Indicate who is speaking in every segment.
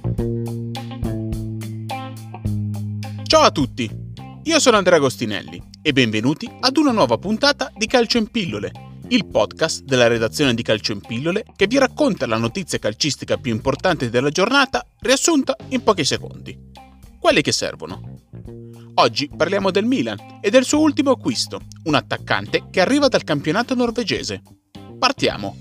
Speaker 1: Ciao a tutti, io sono Andrea Agostinelli e benvenuti ad una nuova puntata di Calcio in Pillole, il podcast della redazione di Calcio in Pillole che vi racconta la notizia calcistica più importante della giornata riassunta in pochi secondi. Quelli che servono. Oggi parliamo del Milan e del suo ultimo acquisto, un attaccante che arriva dal campionato norvegese. Partiamo!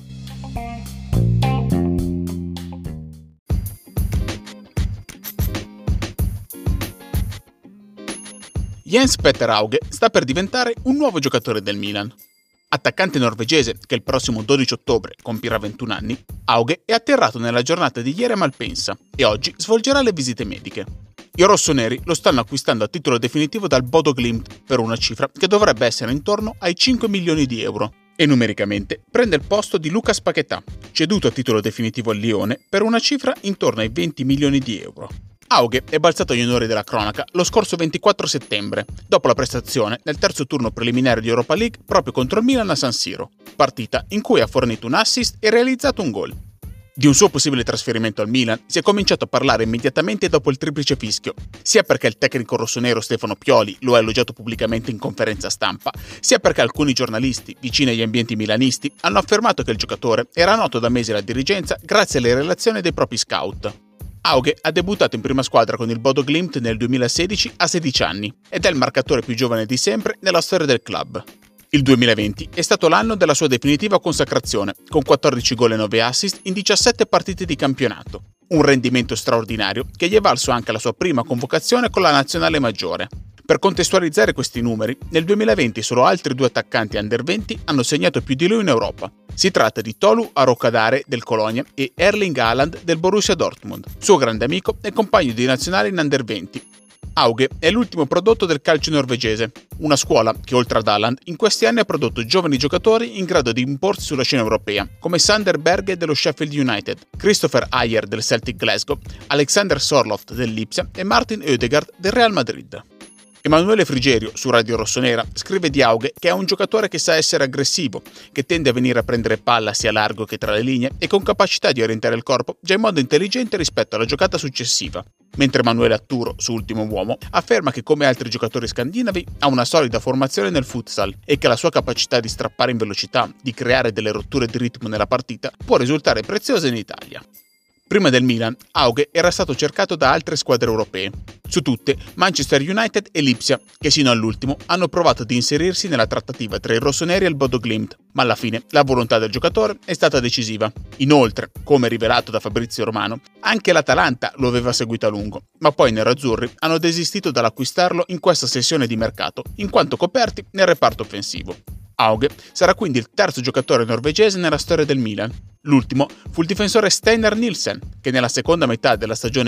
Speaker 1: Jens Petter Hauge sta per diventare un nuovo giocatore del Milan. Attaccante norvegese che il prossimo 12 ottobre compirà 21 anni, Hauge è atterrato nella giornata di ieri a Malpensa e oggi svolgerà le visite mediche. I rossoneri lo stanno acquistando a titolo definitivo dal Bodo Glimt per una cifra che dovrebbe essere intorno ai 5 milioni di euro e numericamente prende il posto di Lucas Paquetá, ceduto a titolo definitivo al Lione per una cifra intorno ai 20 milioni di euro. Hauge è balzato agli onori della cronaca lo scorso 24 settembre, dopo la prestazione nel terzo turno preliminare di Europa League proprio contro il Milan a San Siro, partita in cui ha fornito un assist e realizzato un gol. Di un suo possibile trasferimento al Milan si è cominciato a parlare immediatamente dopo il triplice fischio, sia perché il tecnico rossonero Stefano Pioli lo ha elogiato pubblicamente in conferenza stampa, sia perché alcuni giornalisti, vicini agli ambienti milanisti, hanno affermato che il giocatore era noto da mesi alla dirigenza grazie alle relazioni dei propri scout. Hauge ha debuttato in prima squadra con il Bodo Glimt nel 2016 a 16 anni ed è il marcatore più giovane di sempre nella storia del club. Il 2020 è stato l'anno della sua definitiva consacrazione, con 14 gol e 9 assist in 17 partite di campionato. Un rendimento straordinario che gli è valso anche la sua prima convocazione con la nazionale maggiore. Per contestualizzare questi numeri, nel 2020 solo altri due attaccanti under 20 hanno segnato più di lui in Europa. Si tratta di Tolu Arokadare del Colonia e Erling Haaland del Borussia Dortmund, suo grande amico e compagno di nazionale in under 20. Hauge è l'ultimo prodotto del calcio norvegese, una scuola che oltre ad Haaland in questi anni ha prodotto giovani giocatori in grado di imporsi sulla scena europea, come Sander Berge dello Sheffield United, Christopher Ajer del Celtic Glasgow, Alexander Sorloth del Lipsia e Martin Ødegaard del Real Madrid. Emanuele Frigerio, su Radio Rossonera, scrive di Hauge che è un giocatore che sa essere aggressivo, che tende a venire a prendere palla sia largo che tra le linee e con capacità di orientare il corpo già in modo intelligente rispetto alla giocata successiva. Mentre Emanuele Atturo, su Ultimo Uomo, afferma che come altri giocatori scandinavi ha una solida formazione nel futsal e che la sua capacità di strappare in velocità, di creare delle rotture di ritmo nella partita, può risultare preziosa in Italia. Prima del Milan, Hauge era stato cercato da altre squadre europee. Su tutte, Manchester United e Lipsia, che sino all'ultimo hanno provato ad inserirsi nella trattativa tra i rossoneri e il Bodo Glimt, ma alla fine la volontà del giocatore è stata decisiva. Inoltre, come rivelato da Fabrizio Romano, anche l'Atalanta lo aveva seguito a lungo, ma poi i nerazzurri hanno desistito dall'acquistarlo in questa sessione di mercato, in quanto coperti nel reparto offensivo. Hauge sarà quindi il terzo giocatore norvegese nella storia del Milan. L'ultimo fu il difensore Steinar Nielsen, che nella seconda metà della stagione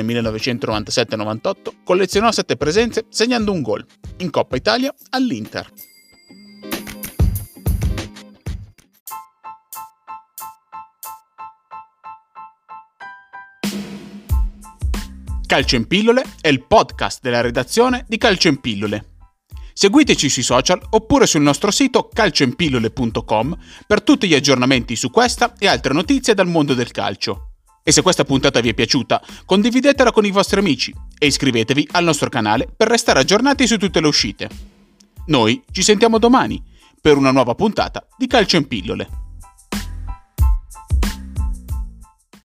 Speaker 1: 1997-98 collezionò 7 presenze segnando un gol, in Coppa Italia all'Inter. Calcio in Pillole è il podcast della redazione di Calcio in Pillole. Seguiteci sui social oppure sul nostro sito calcioinpillole.com per tutti gli aggiornamenti su questa e altre notizie dal mondo del calcio. E se questa puntata vi è piaciuta, condividetela con i vostri amici e iscrivetevi al nostro canale per restare aggiornati su tutte le uscite. Noi ci sentiamo domani per una nuova puntata di Calcio in Pillole.